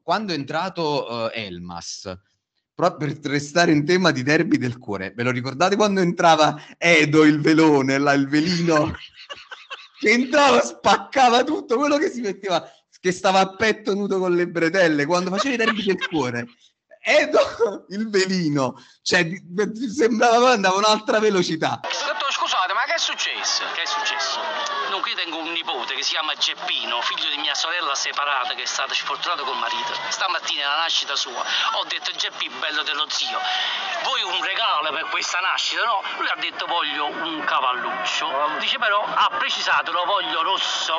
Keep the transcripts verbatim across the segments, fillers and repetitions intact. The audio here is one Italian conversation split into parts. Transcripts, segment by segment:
quando è entrato uh, Elmas, proprio per restare in tema di derby del cuore, ve lo ricordate quando entrava Edo, il velone, là, il velino, che entrava, spaccava tutto, quello che si metteva, che stava a petto nudo con le bretelle, quando faceva i derby del cuore, Edo, il velino, cioè di, di, sembrava andava a un'altra velocità. Scusate, ma che è successo? Che è successo? Dunque io tengo un nipote che si chiama Geppino, figlio di mia sorella separata che è stata sfortunata col marito. Stamattina alla nascita sua ho detto: Geppi, bello dello zio, vuoi un regalo per questa nascita? No? Lui ha detto: voglio un cavalluccio. Dice però, ha precisato, lo voglio rosso.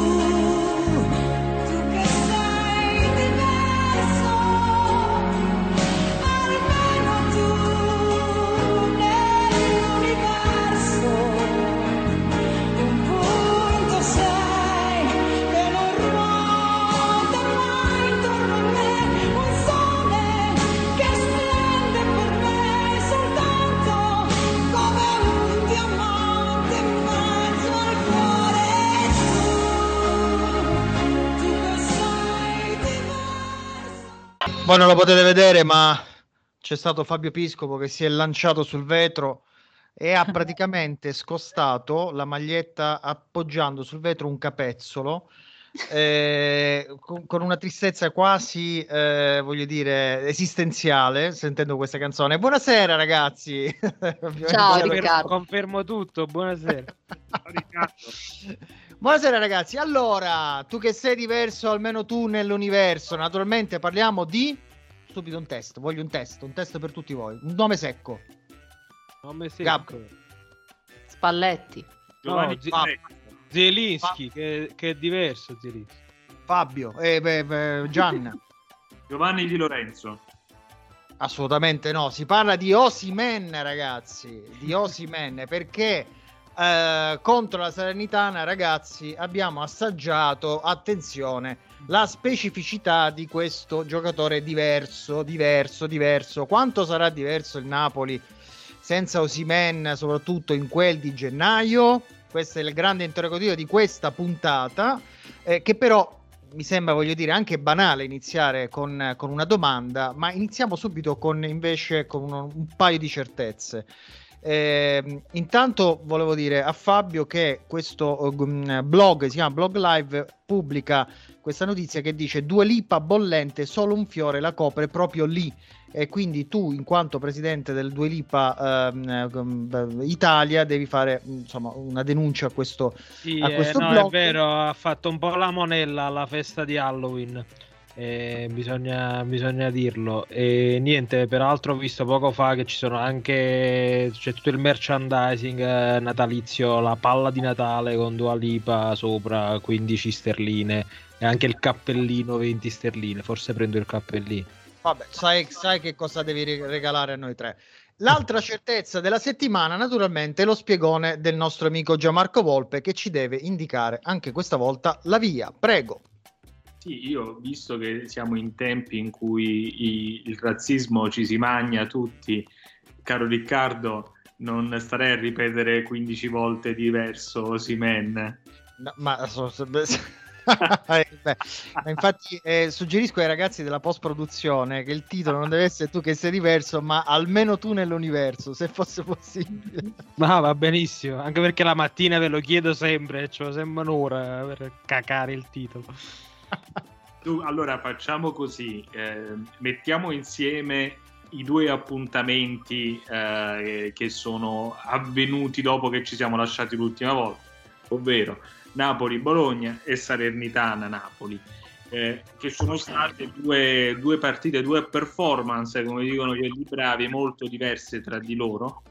Voi non lo potete vedere, ma c'è stato Fabio Piscopo che si è lanciato sul vetro e ha praticamente scostato la maglietta appoggiando sul vetro un capezzolo, eh, con, con una tristezza quasi, eh, voglio dire, esistenziale, sentendo questa canzone. Buonasera ragazzi! Ciao Confermo, Riccardo. confermo tutto, buonasera. Buonasera ragazzi, allora, tu che sei diverso, almeno tu nell'universo, naturalmente parliamo di... Subito un test, voglio un test, un test per tutti voi, un nome secco. Nome secco. Gab. Spalletti. No, Giovanni Fab- Zielinski, che, che è diverso Zielinski. Fabio, eh, beh, beh, Gian. Giovanni Di Lorenzo. Assolutamente no, si parla di Osimhen ragazzi, di Osimhen, perché eh, contro la Salernitana ragazzi abbiamo assaggiato, attenzione, la specificità di questo giocatore diverso, diverso, diverso. Quanto sarà diverso il Napoli senza Osimhen, soprattutto in quel di gennaio? Questo è il grande interrogativo di questa puntata, eh, che però mi sembra, voglio dire, anche banale iniziare con, con una domanda, ma iniziamo subito con invece con uno, un paio di certezze. Eh, intanto volevo dire a Fabio che questo um, blog, si chiama Blog Live, pubblica questa notizia che dice: Dua Lipa bollente, solo un fiore la copre proprio lì. E quindi tu, in quanto presidente del Dua Lipa um, Italia, devi fare insomma una denuncia a questo, Sì, a questo eh, no, blog. è vero, ha fatto un po' la monella alla festa di Halloween. Eh, bisogna, bisogna dirlo. E niente, peraltro ho visto poco fa che ci sono anche, c'è tutto il merchandising eh, natalizio, la palla di Natale con Dua Lipa sopra quindici sterline e anche il cappellino venti sterline. Forse prendo il cappellino. Vabbè, sai, sai che cosa devi regalare a noi tre. L'altra certezza della settimana, naturalmente, è lo spiegone del nostro amico Gianmarco Volpe, che ci deve indicare anche questa volta la via. Prego. Sì, io visto che siamo in tempi in cui i, il razzismo ci si magna tutti, caro Riccardo, non starei a ripetere quindici volte diverso Osimhen. No, ma eh, beh, infatti eh, suggerisco ai ragazzi della post produzione che il titolo non deve essere Tu che sei diverso, ma almeno tu nell'universo, se fosse possibile. Ma va benissimo, anche perché la mattina ve lo chiedo sempre, cioè sembra un'ora per cacare il titolo. Tu, allora facciamo così, eh, mettiamo insieme i due appuntamenti eh, che sono avvenuti dopo che ci siamo lasciati l'ultima volta, ovvero Napoli-Bologna e Salernitana-Napoli, eh, che sono state due, due partite, due performance, come dicono quelli bravi, molto diverse tra di loro,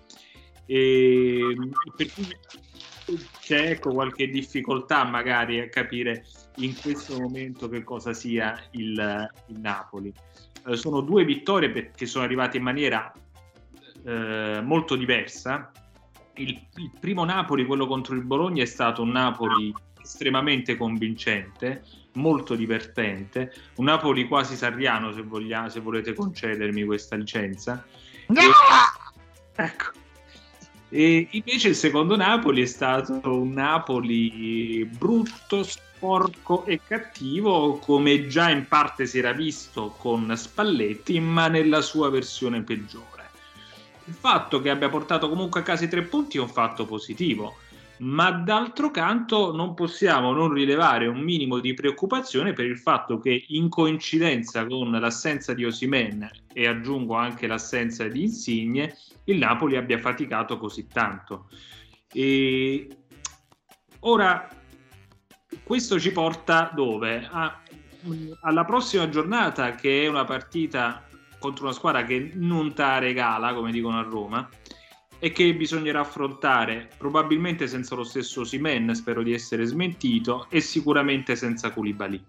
e per cui c'è ecco, qualche difficoltà magari a capire in questo momento che cosa sia il, il Napoli. Eh, sono due vittorie che sono arrivate in maniera eh, molto diversa. Il, il primo Napoli, quello contro il Bologna, è stato un Napoli estremamente convincente, molto divertente, un Napoli quasi sarriano, se, voglia, se volete concedermi questa licenza. No! E, ecco. E invece il secondo Napoli è stato un Napoli brutto, sporco e cattivo, come già in parte si era visto con Spalletti, ma nella sua versione peggiore. Il fatto che abbia portato comunque a casa i tre punti è un fatto positivo, ma d'altro canto non possiamo non rilevare un minimo di preoccupazione per il fatto che, in coincidenza con l'assenza di Osimhen e aggiungo anche l'assenza di Insigne, il Napoli abbia faticato così tanto. E ora questo ci porta dove? A, alla prossima giornata, che è una partita contro una squadra che non ta regala, come dicono a Roma, e che bisognerà affrontare probabilmente senza lo stesso Osimhen, spero di essere smentito, e sicuramente senza Koulibaly.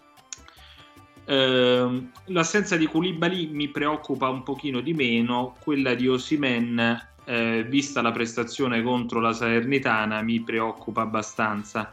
Eh, l'assenza di Koulibaly mi preoccupa un pochino di meno, quella di Osimhen, eh, vista la prestazione contro la Salernitana, mi preoccupa abbastanza,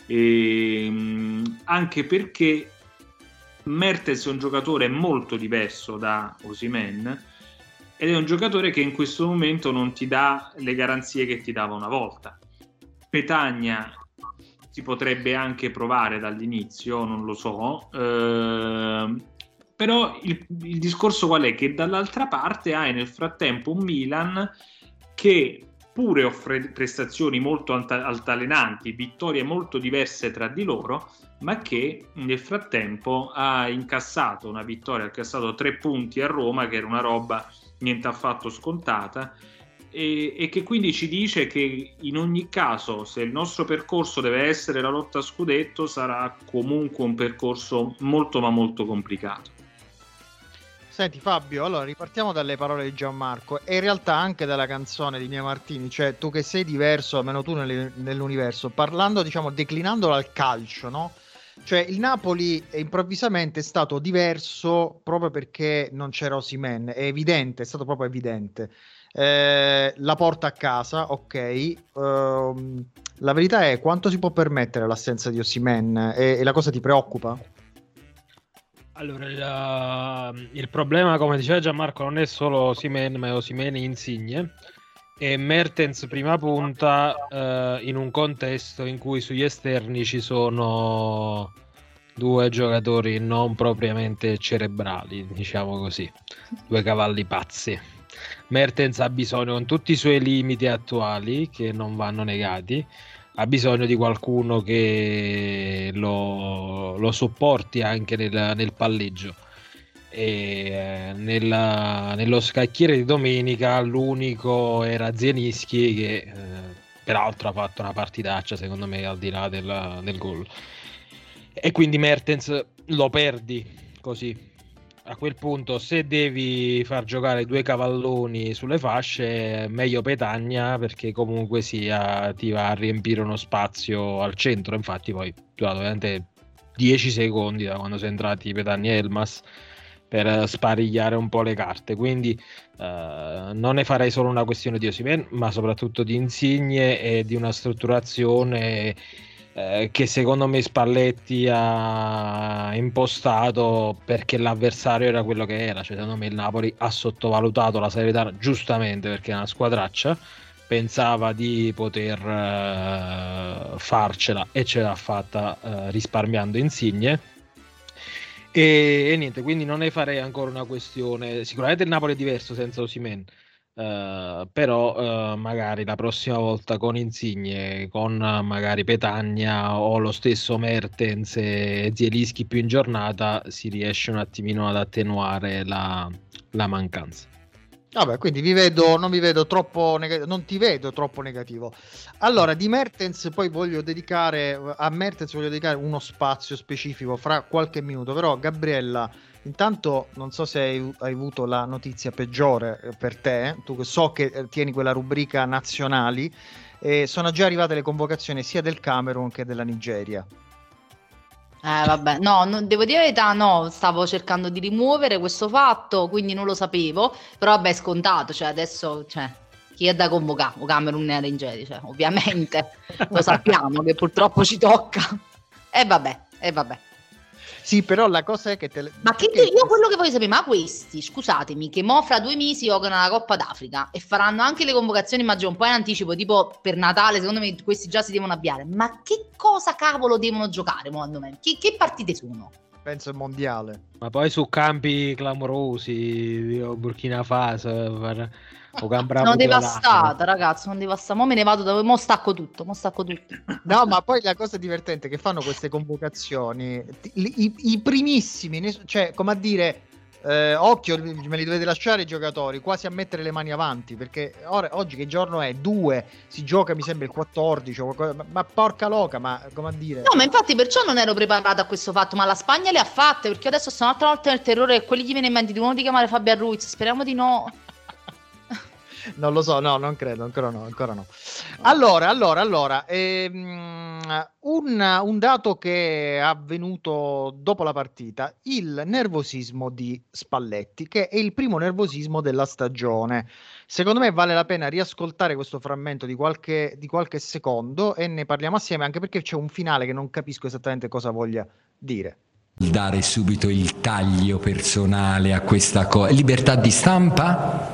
e, anche perché Mertens è un giocatore molto diverso da Osimhen, ed è un giocatore che in questo momento non ti dà le garanzie che ti dava una volta. Petagna si potrebbe anche provare dall'inizio, non lo so, eh, però il, il discorso qual è? Che dall'altra parte hai nel frattempo un Milan che pure offre prestazioni molto alta- altalenanti, vittorie molto diverse tra di loro, ma che nel frattempo ha incassato una vittoria, ha incassato tre punti a Roma, che era una roba niente affatto scontata, e, e che quindi ci dice che in ogni caso, se il nostro percorso deve essere la lotta a scudetto, sarà comunque un percorso molto ma molto complicato. Senti Fabio, allora ripartiamo dalle parole di Gianmarco e in realtà anche dalla canzone di Mia Martini, cioè tu che sei diverso, almeno tu nel, nell'universo, parlando, diciamo, declinandolo al calcio, no? Cioè il Napoli improvvisamente è stato diverso proprio perché non c'era Osimhen, è evidente, è stato proprio evidente. Eh, la porta a casa, ok. Uh, la verità è, quanto si può permettere l'assenza di Osimhen e, e la cosa ti preoccupa? Allora, il, il problema, come diceva Gianmarco, non è solo Osimhen, ma è Osimhen e Insigne. E Mertens prima punta, eh, in un contesto in cui sugli esterni ci sono due giocatori non propriamente cerebrali, diciamo così, due cavalli pazzi. Mertens ha bisogno, con tutti i suoi limiti attuali che non vanno negati, ha bisogno di qualcuno che lo, lo supporti anche nel, nel palleggio. E nella, nello scacchiere di domenica l'unico era Zielinski, che eh, peraltro ha fatto una partitaccia secondo me, al di là del, del gol, e quindi Mertens lo perdi così. A quel punto, se devi far giocare due cavalloni sulle fasce, meglio Petagna, perché comunque sia ti va a riempire uno spazio al centro. Infatti poi durato veramente dieci secondi da quando sono entrati Petagna e Elmas per sparigliare un po' le carte, quindi uh, non ne farei solo una questione di Osimhen, ma soprattutto di Insigne e di una strutturazione uh, che secondo me Spalletti ha impostato perché l'avversario era quello che era. Cioè, secondo me il Napoli ha sottovalutato la Salernitana, giustamente, perché è una squadraccia, pensava di poter uh, farcela e ce l'ha fatta uh, risparmiando Insigne. E, e niente, quindi non ne farei ancora una questione. Sicuramente il Napoli è diverso senza Osimhen, uh, però uh, magari la prossima volta con Insigne, con uh, magari Petagna o lo stesso Mertens e Zielinski più in giornata, si riesce un attimino ad attenuare la, la mancanza. Vabbè, quindi vi vedo, non vi vedo troppo negativo, non ti vedo troppo negativo. Allora, di Mertens poi voglio dedicare a Mertens voglio dedicare uno spazio specifico fra qualche minuto, però Gabriella, intanto non so se hai, hai avuto la notizia peggiore per te, tu che so che tieni quella rubrica nazionali, e sono già arrivate le convocazioni sia del Camerun che della Nigeria. Eh vabbè, no, non, devo dire la verità, no, stavo cercando di rimuovere questo fatto, quindi non lo sapevo, però vabbè, è scontato, cioè adesso, cioè, chi è da convocare? O Camerun e Nigeria, cioè, ovviamente, lo sappiamo che purtroppo ci tocca, e vabbè, e vabbè. Sì, però la cosa è che te le... Ma che che... io quello che voglio sapere, ma questi, scusatemi, che mo fra due mesi giocano la Coppa d'Africa e faranno anche le convocazioni, immagino un po' in anticipo, tipo per Natale, secondo me questi già si devono avviare. Ma che cosa cavolo devono giocare, secondo me? Che, che partite sono? Penso il mondiale. Ma poi su campi clamorosi, Burkina Faso, o sono devastata, ragazzi, sono devastata. Mo me ne vado da mo stacco tutto, mo stacco tutto. No, ma poi la cosa divertente è che fanno queste convocazioni, i, i, i primissimi, cioè come a dire, eh, occhio, me li dovete lasciare i giocatori, quasi a mettere le mani avanti, perché ora, oggi che giorno è? due, si gioca mi sembra il quattordici, o qualcosa, ma, ma porca loca, ma come a dire... No, ma infatti perciò non ero preparata a questo fatto, ma la Spagna le ha fatte, perché adesso sono un'altra volta nel terrore e quelli gli viene in mente di uno di chiamare Fabian Ruiz, speriamo di no. Non lo so, no, non credo, ancora no, ancora no. Allora, allora, allora, ehm, un, un dato che è avvenuto dopo la partita, il nervosismo di Spalletti, che è il primo nervosismo della stagione. Secondo me vale la pena riascoltare questo frammento di qualche, di qualche secondo e ne parliamo assieme, anche perché c'è un finale che non capisco esattamente cosa voglia dire. Dare subito il taglio personale a questa cosa. Libertà di stampa?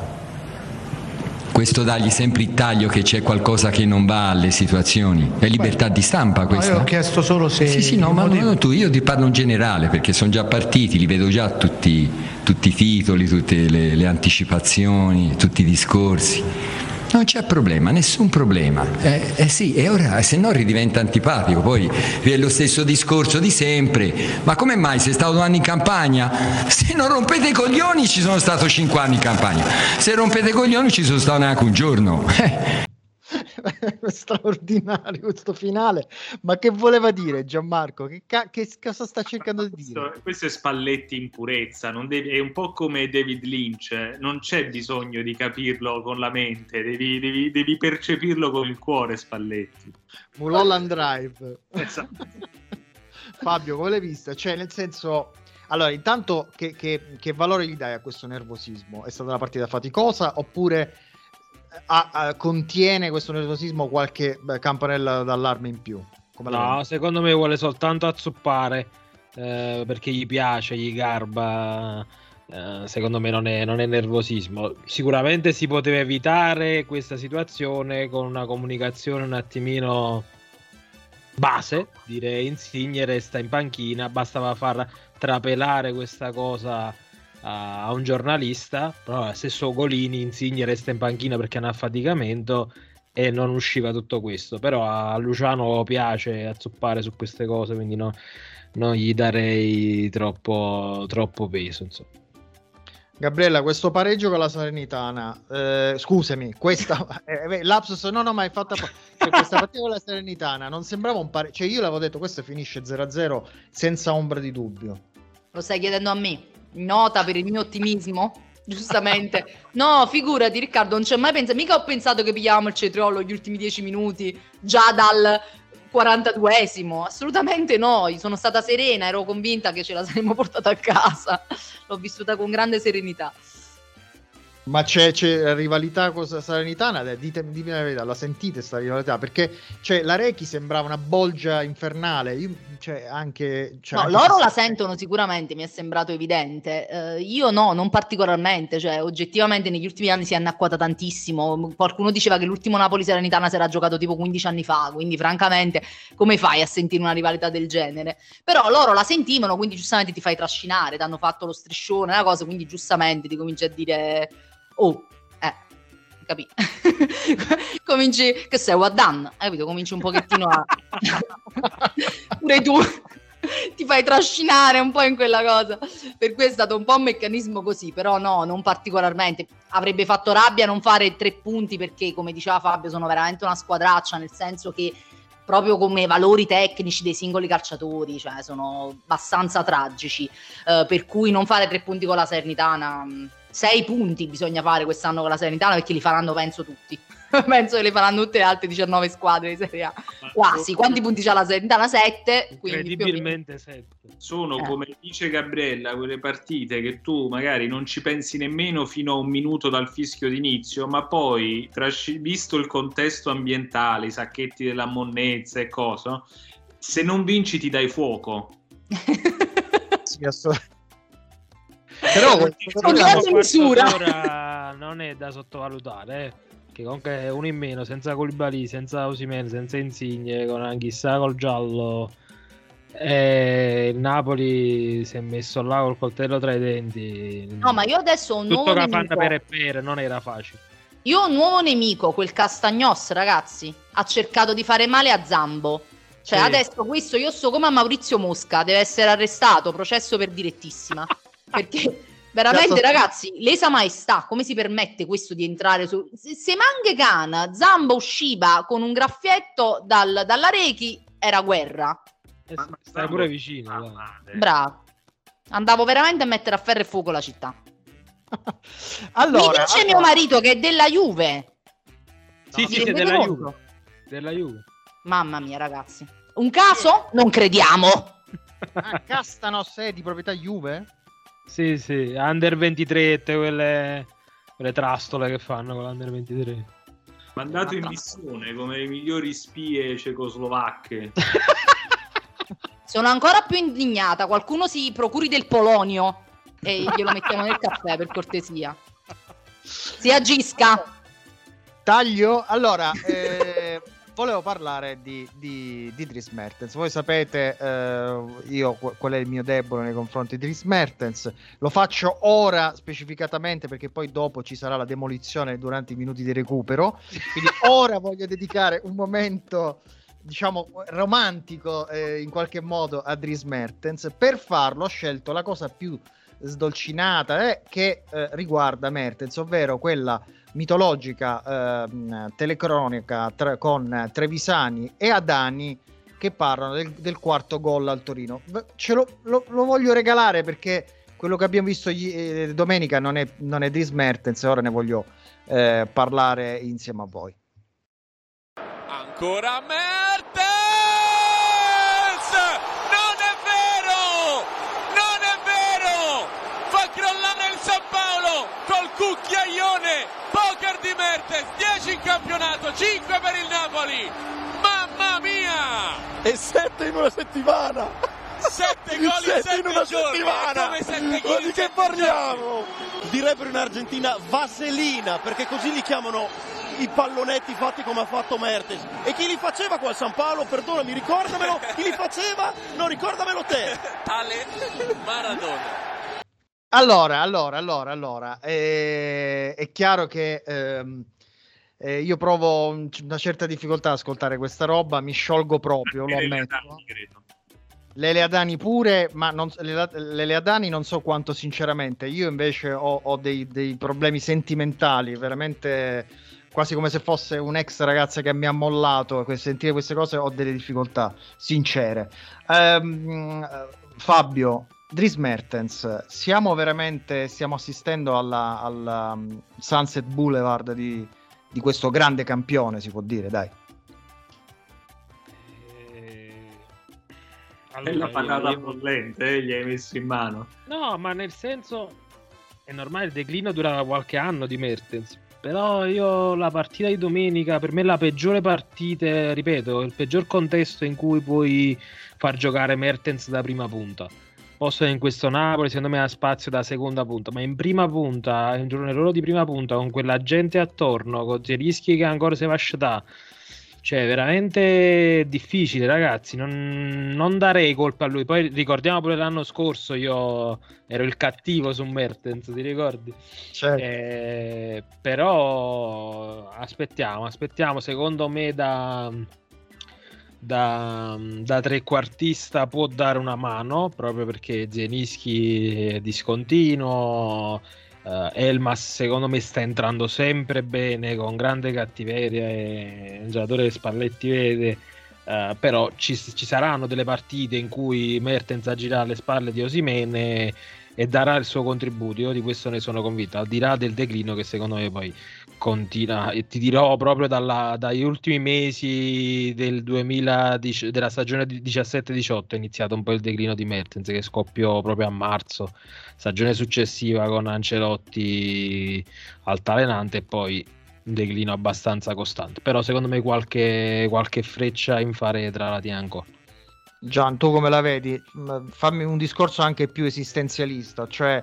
Questo dagli sempre il taglio che c'è qualcosa che non va alle situazioni. È libertà Beh, di stampa questa? No, io ho chiesto solo se... Sì, sì, no, ma non tu, io ti parlo in generale perché sono già partiti, li vedo già tutti, tutti i titoli, tutte le, le anticipazioni, tutti i discorsi. Non c'è problema, nessun problema. Eh, eh sì, e ora se no ridiventa antipatico, poi è lo stesso discorso di sempre. Ma come mai sei stato due anni in campagna? Se non rompete i coglioni ci sono stato cinque anni in campagna. Se rompete i coglioni ci sono stato neanche un giorno. Eh. Straordinario questo finale, ma che voleva dire Gianmarco? Che, ca- che cosa sta cercando di questo, dire? Questo è Spalletti in purezza, non devi, è un po' come David Lynch, non c'è bisogno di capirlo con la mente, devi, devi, devi percepirlo con il cuore. Spalletti, Mulholland Drive. Esatto. Fabio, come l'hai vista? Cioè, nel senso, allora, intanto che, che, che valore gli dai a questo nervosismo? È stata una partita faticosa oppure A, a, contiene questo nervosismo qualche beh, campanella d'allarme in più? Come no, secondo me vuole soltanto azzuppare eh, perché gli piace, gli garba. Eh, secondo me non è, non è nervosismo. Sicuramente si poteva evitare questa situazione con una comunicazione un attimino base, direi. Insigne resta in panchina, bastava far trapelare questa cosa a un giornalista, però stesso Golini, Insigne resta in panchina perché è un affaticamento e non usciva tutto questo. Però a Luciano piace azzuppare su queste cose, quindi no, non gli darei troppo, troppo peso, insomma. Gabriella, questo pareggio con la Salernitana, eh, scusami, questa eh, lapsus, no no ma hai fatto cioè, questa partita con la Salernitana non sembrava un pareggio, cioè io l'avevo detto questo finisce zero a zero senza ombra di dubbio. Lo stai chiedendo a me? Nota per il mio ottimismo? Giustamente. No, figurati Riccardo, non c'è mai pensato, mica ho pensato che pigliavamo il cetriolo gli ultimi dieci minuti già dal quarantaduesimo, assolutamente no, io sono stata serena, ero convinta che ce la saremmo portata a casa, l'ho vissuta con grande serenità. Ma c'è, c'è rivalità con la Salernitana? Ditemi, ditemi la verità, la sentite sta rivalità? Perché cioè, la Rechi sembrava una bolgia infernale. Io, cioè, anche, cioè, no, anche loro se... la sentono sicuramente, mi è sembrato evidente. Uh, io no, non particolarmente. Cioè, oggettivamente negli ultimi anni si è annacquata tantissimo. Qualcuno diceva che l'ultimo Napoli-Salernitana si era giocato tipo quindici anni fa. Quindi, francamente, come fai a sentire una rivalità del genere? Però loro la sentivano, quindi giustamente ti fai trascinare. Ti hanno fatto lo striscione, una cosa, quindi giustamente ti cominci a dire... Oh, eh, capì? Cominci, che sei, what done? Hai capito? Cominci un pochettino a... Pure tu ti fai trascinare un po' in quella cosa. Per cui è stato un po' un meccanismo così, però no, non particolarmente. Avrebbe fatto rabbia non fare tre punti perché, come diceva Fabio, sono veramente una squadraccia, nel senso che proprio come valori tecnici dei singoli calciatori, cioè sono abbastanza tragici. Uh, per cui non fare tre punti con la Salernitana... Sei punti bisogna fare quest'anno con la Salernitana perché li faranno penso tutti. Penso che li faranno tutte le altre diciannove squadre di Serie A. Quasi. Quanti punti c'ha la Salernitana? sette. Incredibilmente sette. Sono, eh. come dice Gabriella, quelle partite che tu magari non ci pensi nemmeno fino a un minuto dal fischio d'inizio, ma poi, trasci- visto il contesto ambientale, i sacchetti della monnezza e cosa, se non vinci ti dai fuoco. sì, assolutamente. Però con grande misura non è da sottovalutare, eh. Che comunque uno in meno, senza Koulibaly, senza Osimhen, senza Insigne, con Anghissà col giallo, e il Napoli si è messo là col coltello tra i denti. No, ma io adesso ho un tutto nuovo che nemico. fanno per e per, non era facile. Io ho un nuovo nemico, quel Castagnos, ragazzi, ha cercato di fare male a Zambo. Cioè, sì. Adesso questo io so come a Maurizio Mosca, deve essere arrestato, processo per direttissima. Perché veramente, ragazzi, lesa maestà, come si permette questo di entrare su... Se, se Manghegan, Zambo usciva con un graffietto dal, dalla Rechi, era guerra. Eh, stai pure vicino. Bravo. Andavo veramente a mettere a ferro e fuoco la città. Allora, mi dice allora... mio marito che è della Juve. Sì, No, sì, sì, della Juve. Della Juve. Mamma mia, ragazzi. Un caso? Non crediamo. Ah, Castanos è di proprietà Juve? Sì, sì, Under ventitré, quelle, quelle trastole che fanno con l'Under ventitré. Mandato in missione come le migliori spie cecoslovacche. Sono ancora più indignata. Qualcuno si procuri del polonio e glielo mettiamo nel caffè, per cortesia. Si agisca. Taglio. Allora, eh, volevo parlare di, di, di Dries Mertens. Voi sapete eh, io qual è il mio debole nei confronti di Dries Mertens. Lo faccio ora specificatamente perché poi dopo ci sarà la demolizione durante i minuti di recupero. Quindi ora voglio dedicare un momento, diciamo, romantico eh, in qualche modo a Dries Mertens. Per farlo ho scelto la cosa più sdolcinata eh, che eh, riguarda Mertens, ovvero quella mitologica eh, telecronica tra, con Trevisani e Adani che parlano del, del quarto gol al Torino. Ce lo, lo, lo voglio regalare perché quello che abbiamo visto gli, eh, domenica non è, non è Dries Mertens, ora ne voglio eh, parlare insieme a voi. Ancora Mertens! Non è vero! Non è vero! Fa crollare il San Paolo col cucchiaione! Poker di Mertens, dieci in campionato, cinque per il Napoli! Mamma mia! E sette in una settimana! sette gol in sette in una giorni! settimana! Come sette Ma gol di in che sette parliamo? giorni? Direbbero in Argentina vaselina, perché così li chiamano i pallonetti fatti come ha fatto Mertens. E chi li faceva qua al San Paolo? Perdonami, ricordamelo! Chi li faceva? No, ricordamelo te! Tale Maradona. Allora, allora, allora, allora, eh, è chiaro che ehm, eh, io provo una certa difficoltà ad ascoltare questa roba, mi sciolgo proprio, lo ammetto. Lele Adani pure, ma non, Lele Adani non so quanto sinceramente, io invece ho, ho dei, dei problemi sentimentali, veramente quasi come se fosse un'ex ragazza che mi ha mollato, e sentire queste cose ho delle difficoltà sincere. Um, Fabio, Dries Mertens, siamo veramente, stiamo assistendo alla, alla um, Sunset Boulevard di, di questo grande campione, si può dire, dai. Allora, è la patata io... bollente, eh, gli hai messo in mano. No, ma nel senso è normale, il declino durava qualche anno di Mertens. Però io la partita di domenica, per me la peggiore partita, ripeto, il peggior contesto in cui puoi far giocare Mertens da prima punta. Posto che in questo Napoli secondo me ha spazio da seconda punta, ma in prima punta, in un ruolo di prima punta, con quella gente attorno, con i rischi che ancora si va a sciatare, cioè veramente difficile, ragazzi. Non, non darei colpa a lui. Poi ricordiamo pure l'anno scorso io ero il cattivo su Mertens, ti ricordi? Certo. Eh, però aspettiamo, aspettiamo. Secondo me da, da, da trequartista può dare una mano, proprio perché Zielinski è discontinuo. Uh, Elmas secondo me sta entrando sempre bene, con grande cattiveria, e un giocatore che Spalletti vede, uh, però ci, ci saranno delle partite in cui Mertens girerà alle spalle di Osimhen e, e darà il suo contributo. Io di questo ne sono convinto, al di là del declino che secondo me poi continua, e ti dirò proprio dalla, dagli ultimi mesi del duemiladieci, della stagione diciassette diciotto è iniziato un po' il declino di Mertens, che scoppiò proprio a marzo, stagione successiva con Ancelotti altalenante, e poi un declino abbastanza costante. Però secondo me qualche, qualche freccia in faretra la tiene ancora. Gian, tu come la vedi? Fammi un discorso anche più esistenzialista, cioè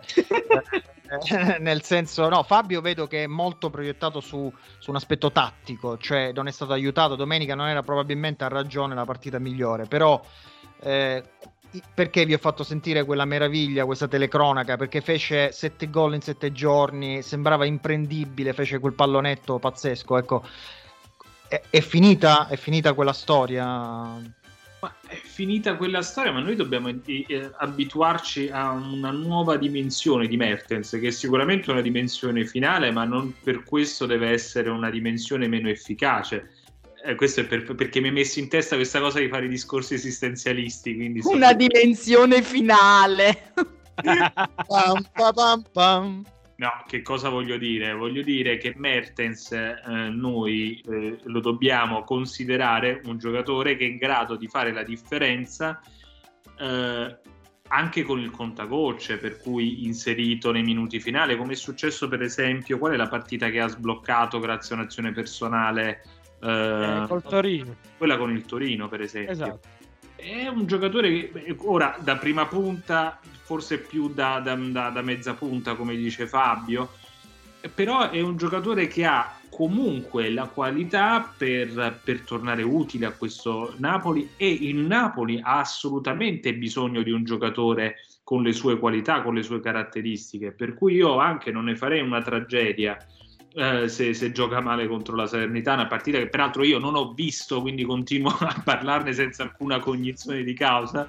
eh, nel senso, no, Fabio vedo che è molto proiettato su, su un aspetto tattico, cioè non è stato aiutato, domenica non era probabilmente a ragione la partita migliore, però eh, perché vi ho fatto sentire quella meraviglia, questa telecronaca, perché fece sette gol in sette giorni, sembrava imprendibile, fece quel pallonetto pazzesco, ecco, è, è finita, è finita quella storia. Ma è finita quella storia, ma noi dobbiamo eh, abituarci a una nuova dimensione di Mertens, che è sicuramente una dimensione finale, ma non per questo deve essere una dimensione meno efficace. Eh, questo è per, perché mi hai messo in testa questa cosa di fare discorsi esistenzialisti. Quindi una so... dimensione finale. pam, pam, pam. No, che cosa voglio dire? Voglio dire che Mertens eh, noi eh, lo dobbiamo considerare un giocatore che è in grado di fare la differenza eh, anche con il contagocce, per cui inserito nei minuti finali, come è successo per esempio, qual è la partita che ha sbloccato grazie a un'azione personale? Eh, eh, col Torino. Quella con il Torino, per esempio. Esatto. È un giocatore che ora da prima punta, forse più da, da, da, da mezza punta, come dice Fabio, però è un giocatore che ha comunque la qualità per, per tornare utile a questo Napoli, e il Napoli ha assolutamente bisogno di un giocatore con le sue qualità, con le sue caratteristiche, per cui io anche non ne farei una tragedia Eh, se, se gioca male contro la Salernitana, partita che peraltro io non ho visto, quindi continuo a parlarne senza alcuna cognizione di causa,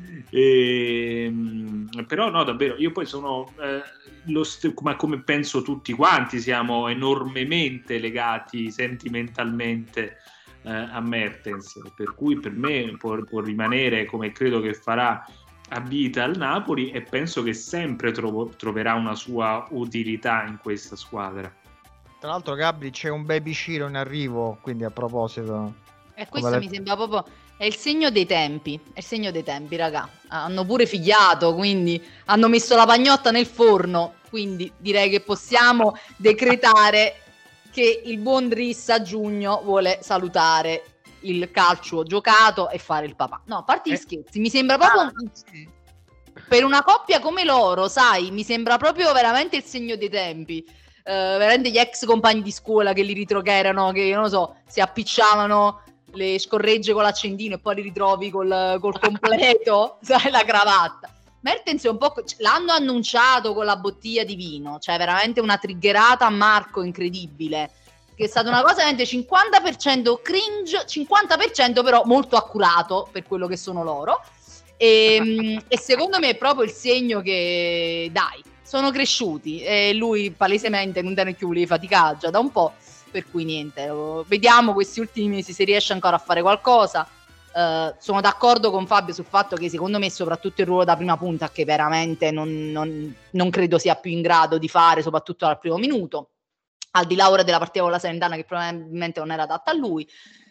e, però no, davvero io poi sono eh, lo st- ma come penso tutti quanti siamo enormemente legati sentimentalmente eh, a Mertens, per cui per me può, può rimanere, come credo che farà a vita al Napoli, e penso che sempre trovo, troverà una sua utilità in questa squadra. Tra l'altro, Gabri, c'è un baby Ciro in arrivo, quindi a proposito. E questo mi sembra proprio è il segno dei tempi, è il segno dei tempi, raga. Hanno pure figliato, quindi hanno messo la pagnotta nel forno, quindi direi che possiamo decretare che il buon Driss a giugno vuole salutare il calcio giocato e fare il papà. No, a parte gli Eh. scherzi, mi sembra proprio Ah, sì. per una coppia come loro, sai, mi sembra proprio veramente il segno dei tempi. Uh, veramente gli ex compagni di scuola che li ritro che erano, che non lo so, si appicciavano le scorregge con l'accendino e poi li ritrovi col, col completo, sai, la cravatta. Mertens è un po', l'hanno annunciato con la bottiglia di vino, cioè veramente una triggerata a Marco incredibile, che è stata una cosa veramente cinquanta per cento cringe, cinquanta per cento però molto accurato per quello che sono loro, e, e secondo me è proprio il segno che dai, sono cresciuti, e lui palesemente non tiene più le faticaggia da un po', per cui niente, vediamo questi ultimi mesi se riesce ancora a fare qualcosa. Uh, sono d'accordo con Fabio sul fatto che secondo me soprattutto il ruolo da prima punta, che veramente non, non, non credo sia più in grado di fare, soprattutto dal primo minuto, al di là ora della partita con la Salernitana che probabilmente non era adatta a lui,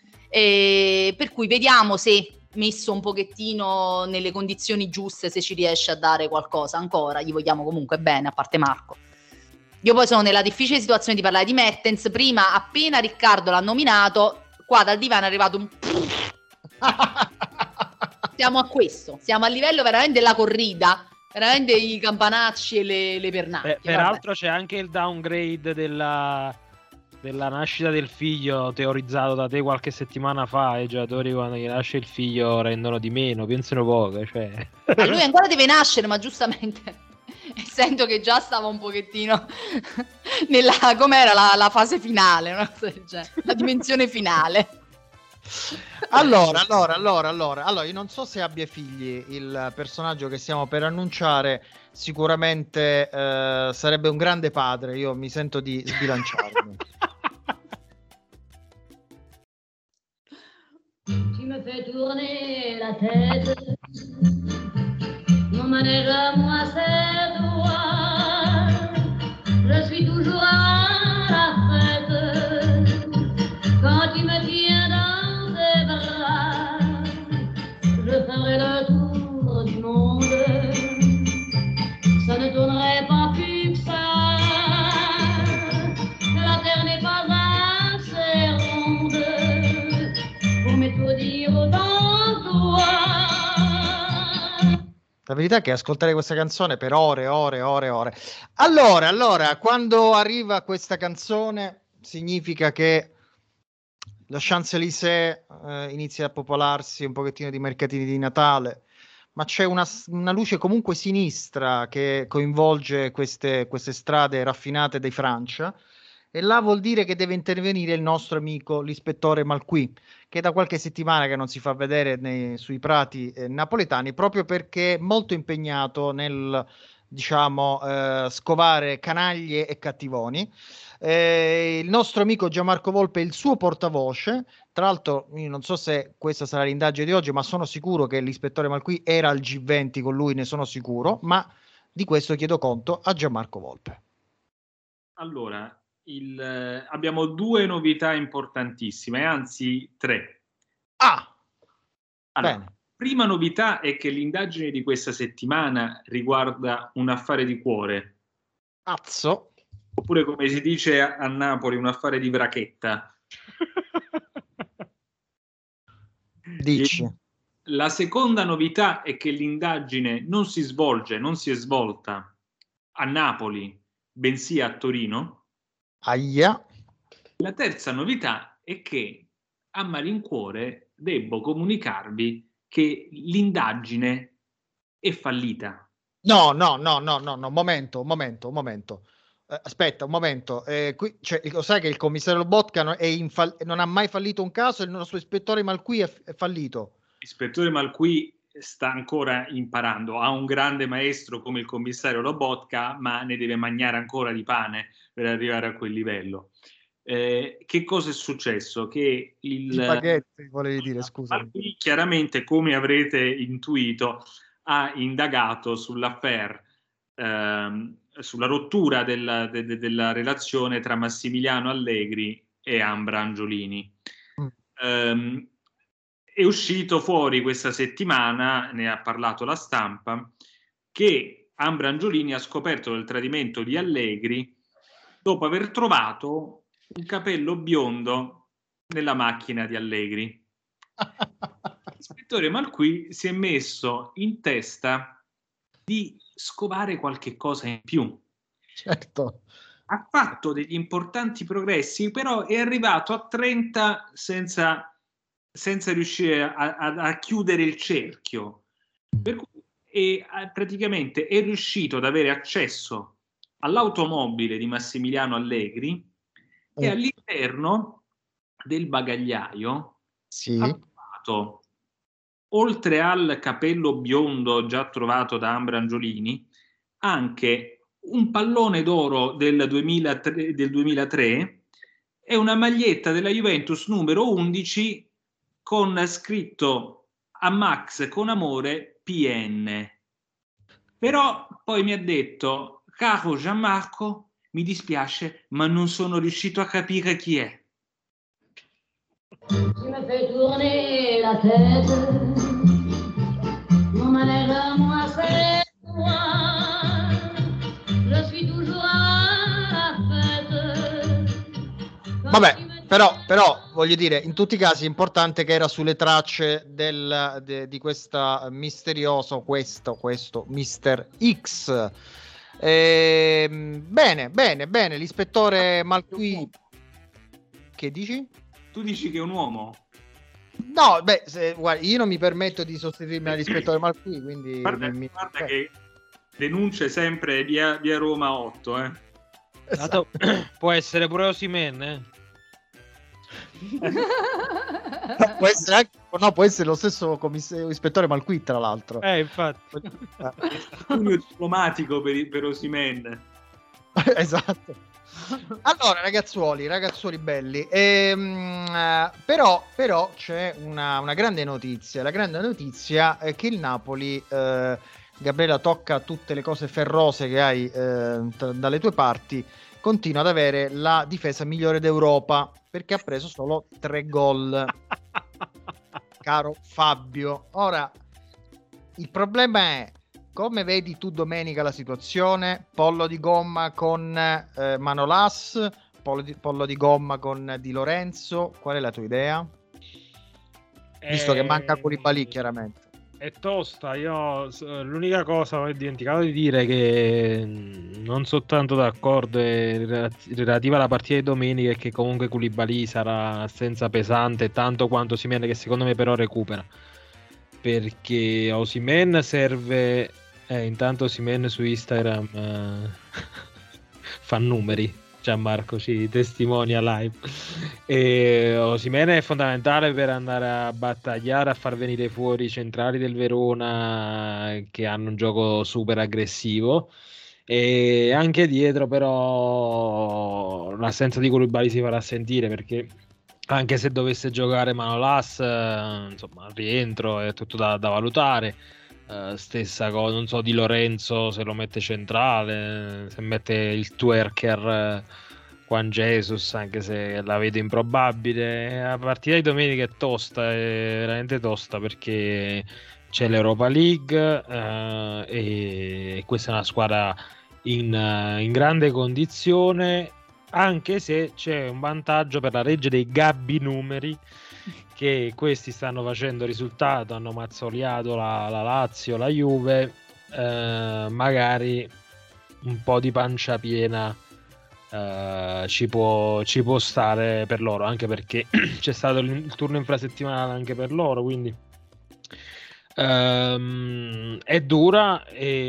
e per cui vediamo se messo un pochettino nelle condizioni giuste, se ci riesce a dare qualcosa ancora. Gli vogliamo comunque bene, a parte Marco. Io poi sono nella difficile situazione di parlare di Mertens. Prima, appena Riccardo l'ha nominato, qua dal divano è arrivato un siamo a questo, siamo a livello veramente della corrida, veramente i campanacci e le, le pernacchie. Eh, peraltro c'è anche il downgrade della della nascita del figlio teorizzato da te qualche settimana fa. I giocatori quando gli nasce il figlio rendono di meno, pensano poco, cioè. Ma lui ancora deve nascere, ma giustamente essendo che già stava un pochettino nella, com'era la, la fase finale, no? Cioè, la dimensione finale. Allora, allora, allora, allora, allora, io non so se abbia figli il personaggio che stiamo per annunciare, sicuramente eh, sarebbe un grande padre, io mi sento di sbilanciarmi. Tu me fais tourner la tête, mon manège à moi c'est toi, je suis toujours à la fête, quand tu me tiens dans tes bras, je ferai le tour du monde, ça ne tournerait pas plus que ça, la terre n'est pas assez ronde pour m'étourdir autant que toi. La verità è che ascoltare questa canzone per ore, ore, ore, ore. Allora, allora, quando arriva questa canzone significa che la Champs-Élysées eh, inizia a popolarsi un pochettino di mercatini di Natale, ma c'è una, una luce comunque sinistra che coinvolge queste, queste strade raffinate di Francia, e là vuol dire che deve intervenire il nostro amico l'ispettore Malqui, che da qualche settimana che non si fa vedere nei, sui prati eh, napoletani, proprio perché è molto impegnato nel, diciamo, eh, scovare canaglie e cattivoni. Eh, il nostro amico Gianmarco Volpe è il suo portavoce. Tra l'altro, io non so se questa sarà l'indagine di oggi, ma sono sicuro che l'ispettore Malqui era al G venti con lui, ne sono sicuro, ma di questo chiedo conto a Gianmarco Volpe. Allora, il, eh, abbiamo due novità importantissime, anzi tre. Ah! Allora, Bene. prima novità è che l'indagine di questa settimana riguarda un affare di cuore. Cazzo! Oppure, come si dice a, a Napoli, un affare di vrachetta. Dici. E la seconda novità è che l'indagine non si svolge, non si è svolta a Napoli, bensì a Torino. Aia. La terza novità è che a malincuore devo comunicarvi che l'indagine è fallita. No, no, no, no, no, no, momento, momento, momento. Eh, aspetta, un momento. Eh, qui, cioè, lo sai che il commissario Lobotka non, è infall- non ha mai fallito un caso, e il nostro ispettore Malqui è, è fallito. L'ispettore Malqui sta ancora imparando, ha un grande maestro come il commissario Lobotka, ma ne deve mangiare ancora di pane per arrivare a quel livello. Eh, che cosa è successo? Che il spaghetti, volevi dire, scusa. Malqui, chiaramente, come avrete intuito, ha indagato sull'affaire, ehm, sulla rottura della, de, de, della relazione tra Massimiliano Allegri e Ambra Angiolini. Mm. Um, è uscito fuori questa settimana, ne ha parlato la stampa, che Ambra Angiolini ha scoperto il tradimento di Allegri dopo aver trovato un capello biondo nella macchina di Allegri. L'ispettore Malqui si è messo in testa di scovare qualche cosa in più. Certo. Ha fatto degli importanti progressi, però è arrivato a trenta senza, senza riuscire a, a, a chiudere il cerchio. Per cui è, praticamente è riuscito ad avere accesso all'automobile di Massimiliano Allegri e mm. all'interno del bagagliaio sì. ha trovato, oltre al capello biondo già trovato da Ambra Angiolini, anche un pallone d'oro del duemilatré, del duemilatré e una maglietta della Juventus numero undici con scritto a Max con amore P N. Però poi mi ha detto: caro Gianmarco, mi dispiace, ma non sono riuscito a capire chi è. Tu me fais tourner la tête, mon manège à moi c'est toi, je suis toujours à la fête. Vabbè, però, però voglio dire, in tutti i casi è importante che era sulle tracce del, de, di questa misterioso, questo, questo mister X. Eh, bene, bene, bene, l'ispettore Malqui. Che dici? Tu dici che è un uomo? No, beh, se, guarda, io non mi permetto di sostituirmi all'ispettore Malqui, quindi guarda, mi, guarda che denunce sempre via, via Roma otto, eh. Esatto. Può essere pure Osimhen, eh? No, può essere anche, no, può essere lo stesso commissario ispettore Malqui, tra l'altro. Eh, infatti. Un diplomatico per, per Osimhen. Esatto. Allora, ragazzuoli, ragazzuoli belli, ehm, però, però c'è una, una grande notizia. La grande notizia è che il Napoli, eh, Gabriela, tocca tutte le cose ferrose che hai eh, t- dalle tue parti, continua ad avere la difesa migliore d'Europa, perché ha preso solo tre gol. Caro Fabio, ora il problema è: come vedi tu domenica la situazione? Pollo di gomma con eh, Manolas, pollo di, pollo di gomma con Di Lorenzo, qual è la tua idea? Visto eh... che manca Koulibaly, chiaramente. È tosta, io l'unica cosa ho dimenticato di dire è che non sono tanto d'accordo relativa alla partita di domenica, è che comunque Koulibaly sarà assenza pesante tanto quanto Osimhen, che secondo me però recupera, perché Osimhen serve eh, intanto Osimhen su Instagram eh, fa numeri. Gianmarco ci testimonia live. E Osimhen è fondamentale per andare a battagliare, a far venire fuori i centrali del Verona che hanno un gioco super aggressivo, e anche dietro però l'assenza di Koulibaly si farà sentire, perché anche se dovesse giocare Manolas, insomma al rientro è tutto da, da valutare. Uh, stessa cosa, non so Di Lorenzo se lo mette centrale, se mette il twerker uh, Juan Jesus, anche se la vedo improbabile. La partita di domenica è tosta, è veramente tosta, perché c'è l'Europa League uh, e questa è una squadra in, uh, in grande condizione, anche se c'è un vantaggio per la legge dei gabbi numeri, che questi stanno facendo risultato, hanno mazzoliato la, la Lazio, la Juve, eh, magari un po' di pancia piena eh, ci, può, ci può stare per loro, anche perché c'è stato il turno infrasettimanale anche per loro, quindi ehm, è dura,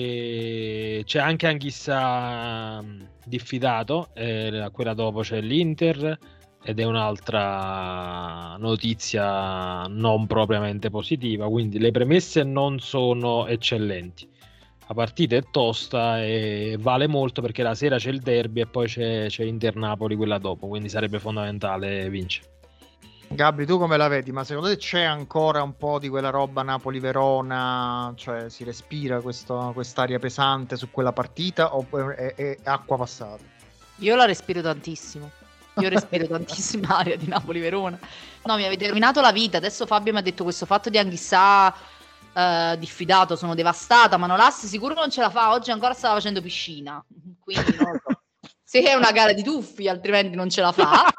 e c'è anche Anghissa diffidato, e quella dopo c'è l'Inter, ed è un'altra notizia non propriamente positiva, quindi le premesse non sono eccellenti. La partita è tosta e vale molto, perché la sera c'è il derby e poi c'è, c'è Inter-Napoli quella dopo, quindi sarebbe fondamentale vincere. Gabri, tu come la vedi? Ma secondo te c'è ancora un po' di quella roba Napoli-Verona? Cioè si respira questo, quest'aria pesante su quella partita, o è, è acqua passata? Io la respiro tantissimo. Io respiro tantissima aria di Napoli-Verona. No, mi avete rovinato la vita. Adesso Fabio mi ha detto questo fatto di Anghissà eh, diffidato, sono devastata. Manolas sicuro non ce la fa. Oggi ancora stava facendo piscina, quindi non lo so. Se è una gara di tuffi, altrimenti non ce la fa.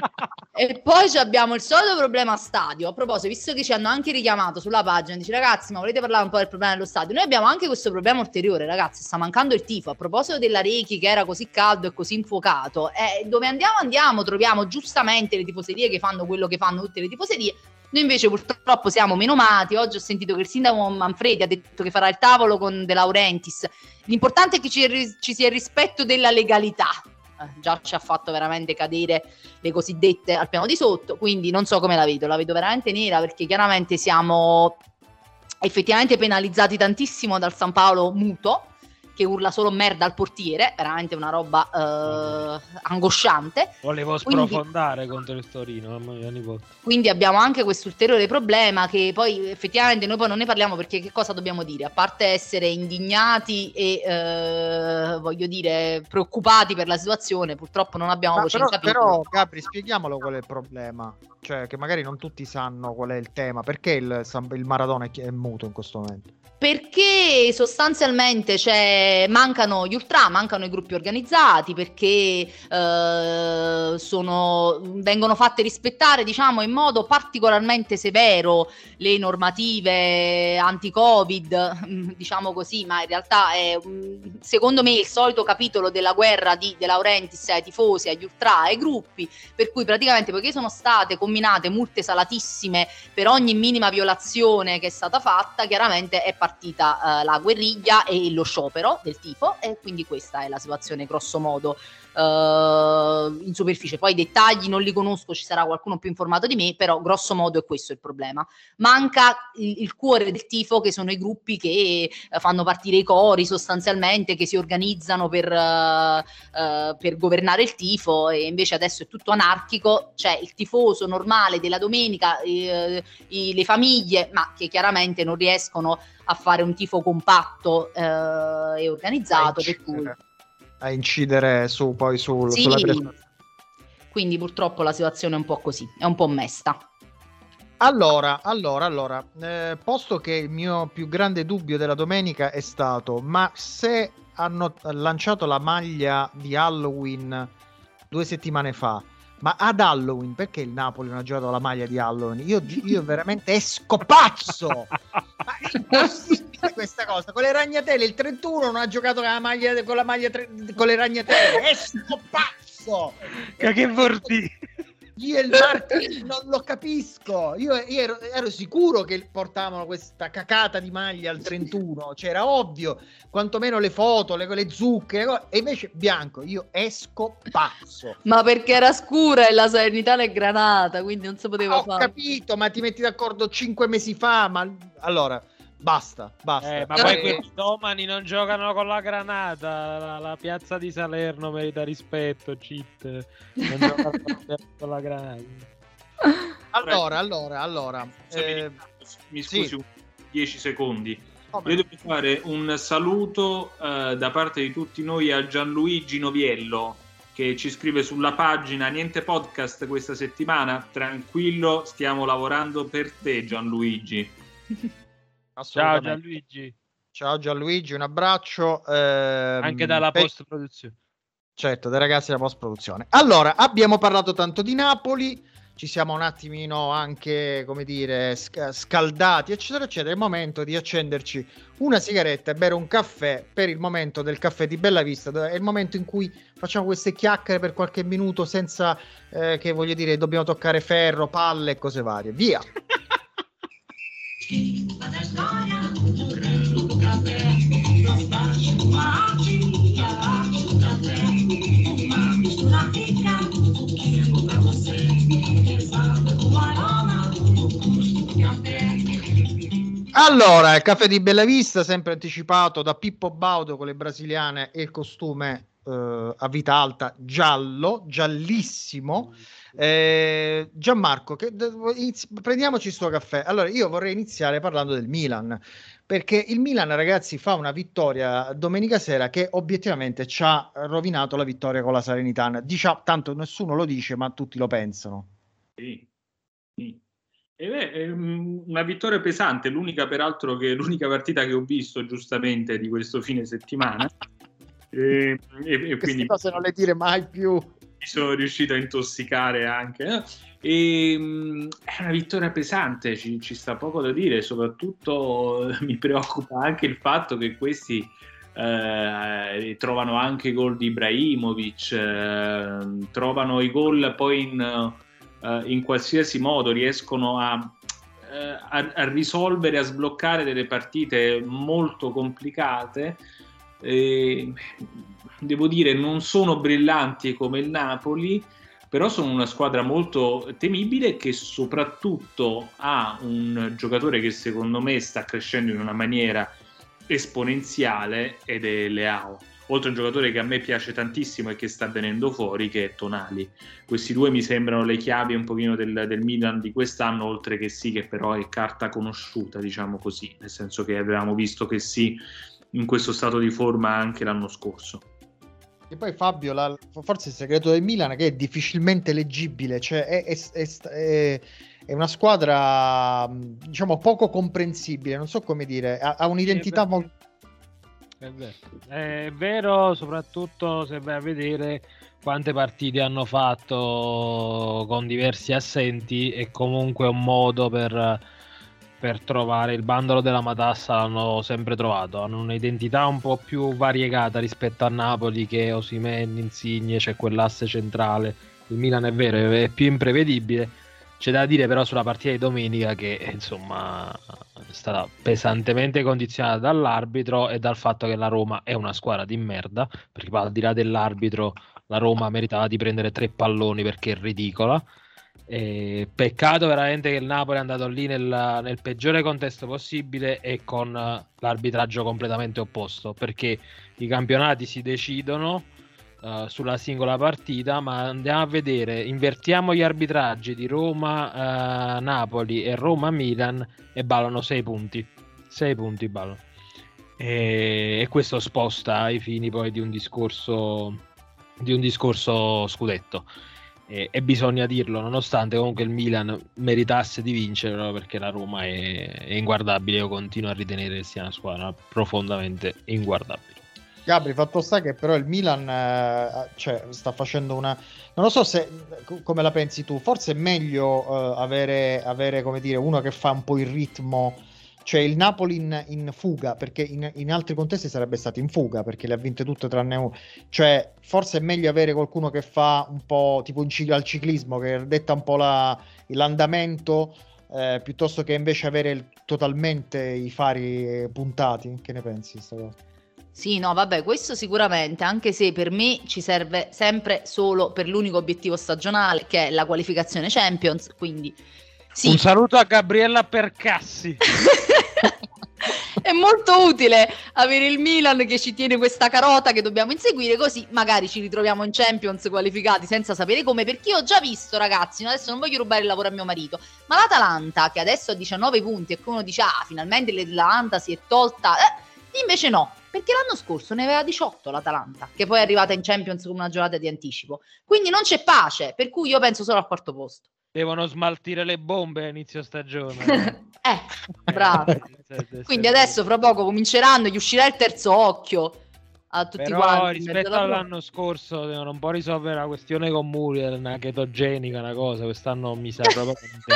E poi abbiamo il solito problema stadio. A proposito, visto che ci hanno anche richiamato sulla pagina, dice ragazzi, ma volete parlare un po' del problema dello stadio? Noi abbiamo anche questo problema ulteriore, ragazzi, sta mancando il tifo. A proposito della Rechi, che era così caldo e così infuocato, eh, dove andiamo andiamo, troviamo giustamente le tifoserie che fanno quello che fanno tutte le tifoserie. Noi invece purtroppo siamo menomati. Oggi ho sentito che il sindaco Manfredi ha detto che farà il tavolo con De Laurentiis. L'importante è che ci, ci sia il rispetto della legalità. Eh, già ci ha fatto veramente cadere le cosiddette al piano di sotto, quindi non so come la vedo, la vedo veramente nera, perché chiaramente siamo effettivamente penalizzati tantissimo dal San Paolo muto, che urla solo merda al portiere, veramente una roba eh, angosciante. Volevo sprofondare quindi, contro il Torino, mamma mia, nipote. Quindi abbiamo anche questo ulteriore problema, che poi effettivamente noi poi non ne parliamo, perché che cosa dobbiamo dire? A parte essere indignati e eh, voglio dire preoccupati per la situazione, purtroppo non abbiamo voce in capitolo. Però Gabri, spieghiamolo qual è il problema, cioè che magari non tutti sanno qual è il tema, perché il, il Maradona è muto in questo momento? Perché sostanzialmente cioè, mancano gli ultra, mancano i gruppi organizzati, perché eh, sono, vengono fatte rispettare, diciamo, in modo particolarmente severo le normative anti-Covid, diciamo così, ma in realtà è secondo me il solito capitolo della guerra di De Laurentiis ai tifosi, agli ultra, ai gruppi, per cui praticamente poiché sono state comminate multe salatissime per ogni minima violazione che è stata fatta, chiaramente è partita uh, la guerriglia e lo sciopero del tifo, e quindi questa è la situazione grosso modo uh, in superficie. Poi i dettagli non li conosco, ci sarà qualcuno più informato di me, però grosso modo è questo il problema. Manca il, il cuore del tifo, che sono i gruppi che uh, fanno partire i cori sostanzialmente, che si organizzano per, uh, uh, per governare il tifo, e invece adesso è tutto anarchico. C'è il tifoso normale della domenica, uh, i, le famiglie, ma che chiaramente non riescono a fare un tifo compatto eh, e organizzato, per cui a incidere su poi su, sì, sulla presa. Quindi purtroppo la situazione è un po' così, è un po' mesta. Allora, allora, allora, eh, posto che il mio più grande dubbio della domenica è stato: ma se hanno lanciato la maglia di Halloween due settimane fa, ma ad Halloween perché il Napoli non ha giocato la maglia di Halloween? Io, io veramente esco pazzo! Ma possibile questa cosa? Con le ragnatele il trentuno non ha giocato con la maglia, con la maglia tre, con le ragnatele. È sto pazzo! Che vuol dire? Io il marketing non lo capisco. Io, io ero, ero sicuro che portavano questa cacata di maglia al trentuno, cioè era ovvio, quantomeno le foto, le, le zucche, le cose, e invece bianco. Io esco pazzo. Ma perché era scura e la Salernitana è granata, quindi non si poteva Ho fare. Ho capito, ma ti metti d'accordo cinque mesi fa, ma allora basta, basta. Eh, ma poi questi domani non giocano con la Granata, la, la piazza di Salerno merita rispetto, cheat. Non giocano con la Granata. Allora, allora, allora. Eh, mi scusi sì. un dieci secondi. Come? Io devo fare un saluto eh, da parte di tutti noi a Gianluigi Noviello, che ci scrive sulla pagina Niente Podcast questa settimana. Tranquillo, stiamo lavorando per te, Gianluigi. Ciao Gianluigi. Ciao Gianluigi, un abbraccio. Ehm, Anche dalla per... post produzione. Certo, dai ragazzi della post produzione. Allora, abbiamo parlato tanto di Napoli, ci siamo un attimino anche, come dire, sc- scaldati, eccetera, eccetera. È il momento di accenderci una sigaretta e bere un caffè per il momento del caffè di Bella Vista. È il momento in cui facciamo queste chiacchiere per qualche minuto senza eh, che, voglio dire, dobbiamo toccare ferro, palle e cose varie. Via! Allora, il caffè di Bella Vista, sempre anticipato da Pippo Baudo con le brasiliane e il costume eh, a vita alta giallo, giallissimo. Eh, Gianmarco, che, inizi, prendiamoci sto caffè. Allora, io vorrei iniziare parlando del Milan, perché il Milan, ragazzi, fa una vittoria domenica sera che obiettivamente ci ha rovinato la vittoria con la Salernitana. Diciamo, tanto nessuno lo dice, ma tutti lo pensano. Sì, sì. E beh, è una vittoria pesante, l'unica peraltro che l'unica partita che ho visto giustamente di questo fine settimana. e, e, e quindi cose non le dire mai più. Mi sono riuscito a intossicare anche. Eh? E, mh, è una vittoria pesante, ci, ci sta poco da dire, soprattutto eh, mi preoccupa anche il fatto che questi eh, trovano anche i gol di Ibrahimovic, eh, trovano i gol poi in... in qualsiasi modo riescono a, a, a risolvere, a sbloccare delle partite molto complicate. E, devo dire, non sono brillanti come il Napoli, però sono una squadra molto temibile che soprattutto ha un giocatore che secondo me sta crescendo in una maniera esponenziale ed è Leao. Oltre a un giocatore che a me piace tantissimo e che sta venendo fuori, che è Tonali. Questi due mi sembrano le chiavi un pochino del, del Milan di quest'anno, oltre che sì, che però è carta conosciuta, diciamo così, nel senso che avevamo visto che sì, in questo stato di forma anche l'anno scorso. E poi Fabio, la, forse il segreto del Milan che è difficilmente leggibile, cioè è, è, è, è, è una squadra, diciamo, poco comprensibile, non so come dire, ha, ha un'identità molto... È vero. È vero, soprattutto se vai a vedere quante partite hanno fatto con diversi assenti, e comunque un modo per, per trovare il bandolo della matassa l'hanno sempre trovato. Hanno un'identità un po' più variegata rispetto a Napoli, che Osimhen, Insigne, c'è quell'asse centrale. Il Milan è vero, è più imprevedibile. C'è da dire però sulla partita di domenica che insomma è stata pesantemente condizionata dall'arbitro e dal fatto che la Roma è una squadra di merda, perché al di là dell'arbitro la Roma meritava di prendere tre palloni perché è ridicola. E peccato veramente che il Napoli è andato lì nel, nel peggiore contesto possibile e con l'arbitraggio completamente opposto, perché i campionati si decidono Uh, sulla singola partita, ma andiamo a vedere, invertiamo gli arbitraggi di Roma uh, Napoli e Roma Milan e ballano sei punti sei punti ballano e, e questo sposta ai fini poi di un discorso di un discorso scudetto, e, e bisogna dirlo, nonostante comunque il Milan meritasse di vincere, perché la Roma è, è inguardabile. Io continuo a ritenere che sia una squadra profondamente inguardabile. Gabri, fatto sta che però il Milan eh, cioè, sta facendo una... Non lo so se come la pensi tu, forse è meglio eh, avere, avere, come dire, uno che fa un po' il ritmo cioè il Napoli in, in fuga, perché in, in altri contesti sarebbe stato in fuga, perché le ha vinte tutte tranne uno. Cioè forse è meglio avere qualcuno che fa un po' tipo un ciclo al ciclismo, che detta un po' la, l'andamento, eh, piuttosto che invece avere il, totalmente i fari puntati. Che ne pensi sta cosa? Sì, no, vabbè, questo sicuramente, anche se per me ci serve sempre solo per l'unico obiettivo stagionale, che è la qualificazione Champions, quindi sì. Un saluto a Gabriella Percassi. È molto utile avere il Milan che ci tiene questa carota che dobbiamo inseguire, così magari ci ritroviamo in Champions qualificati senza sapere come, perché io ho già visto, ragazzi, no, adesso non voglio rubare il lavoro a mio marito, ma l'Atalanta che adesso ha diciannove punti e uno dice ah, finalmente l'Atalanta si è tolta, eh, invece no, perché l'anno scorso ne aveva diciotto l'Atalanta, che poi è arrivata in Champions con una giornata di anticipo, quindi non c'è pace, per cui io penso solo al quarto posto. Devono smaltire le bombe a inizio stagione. eh, bravo. Quindi adesso fra poco cominceranno, gli uscirà il terzo occhio a tutti Però, quanti. rispetto all'anno scorso devono un po' risolvere la questione con Muriel, una chetogenica, una cosa, quest'anno mi sa proprio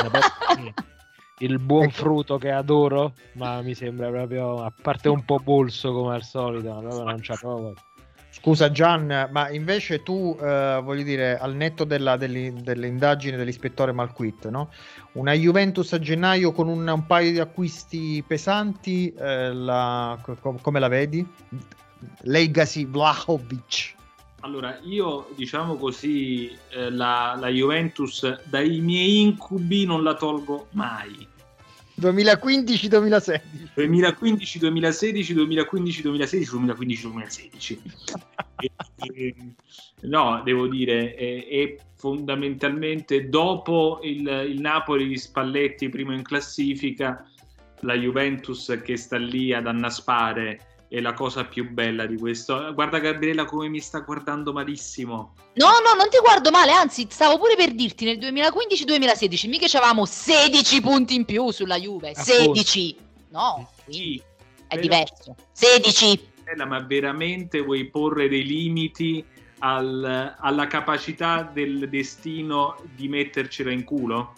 il buon frutto che adoro, ma mi sembra proprio, a parte un po' bolso come al solito, ma proprio non c'ha proprio. Scusa Gian, ma invece tu, eh, voglio dire, al netto della, delle, delle indagini dell'ispettore Malquit, no? Una Juventus a gennaio con un, un paio di acquisti pesanti, eh, la, com- come la vedi? Legacy Vlahovic. Allora, io diciamo così, eh, la, la Juventus dai miei incubi non la tolgo mai. duemilaquindici duemilasedici duemilaquindici duemilasedici duemilaquindici duemilasedici duemilaquindici duemilasedici e, e, no, devo dire è, è fondamentalmente dopo il, il Napoli di Spalletti primo in classifica, la Juventus che sta lì ad annaspare è la cosa più bella di questo. Guarda Gabriella come mi sta guardando malissimo. No, no, non ti guardo male, anzi stavo pure per dirti, nel duemilaquindici duemilasedici mica c'avevamo sedici punti in più sulla Juve, sedici, no, sì, è però, diverso, sedici. Ma veramente vuoi porre dei limiti al, alla capacità del destino di mettercela in culo?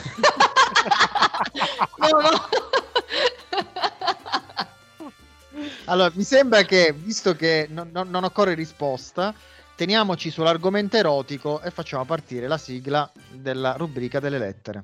No, no. Allora, mi sembra che, visto che non, non, non occorre risposta, teniamoci sull'argomento erotico e facciamo partire la sigla della rubrica delle lettere.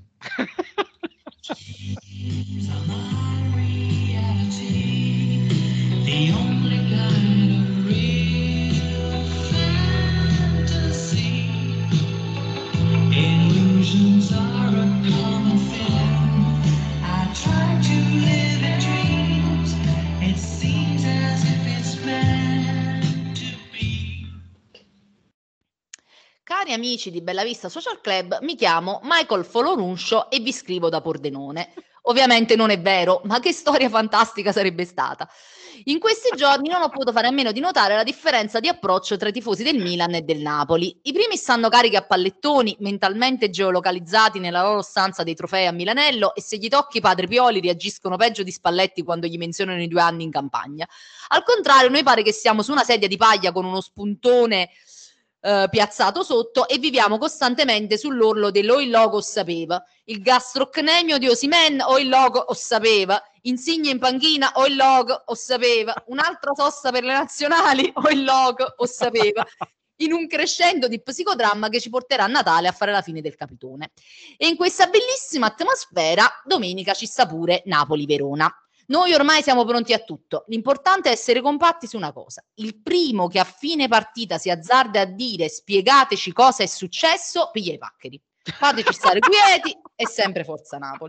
Cari amici di Bella Vista Social Club, mi chiamo Michael Foloruncio e vi scrivo da Pordenone. Ovviamente non è vero, ma che storia fantastica sarebbe stata. In questi giorni non ho potuto fare a meno di notare la differenza di approccio tra i tifosi del Milan e del Napoli. I primi stanno carichi a pallettoni, mentalmente geolocalizzati nella loro stanza dei trofei a Milanello, e se gli tocchi Padre Pioli reagiscono peggio di Spalletti quando gli menzionano i due anni in campagna. Al contrario, noi pare che siamo su una sedia di paglia con uno spuntone Uh, piazzato sotto e viviamo costantemente sull'orlo dello il logo o sapeva, il gastrocnemio di Osimhen o il logo o sapeva, Insigne in panchina o il logo o sapeva, un'altra sosta per le nazionali o il logo o sapeva, in un crescendo di psicodramma che ci porterà a Natale a fare la fine del capitone. E in questa bellissima atmosfera domenica ci sta pure Napoli-Verona. Noi ormai siamo pronti a tutto, l'importante è essere compatti su una cosa: il primo che a fine partita si azzarda a dire spiegateci cosa è successo, piglia i paccheri. Fateci stare quieti e sempre forza Napoli.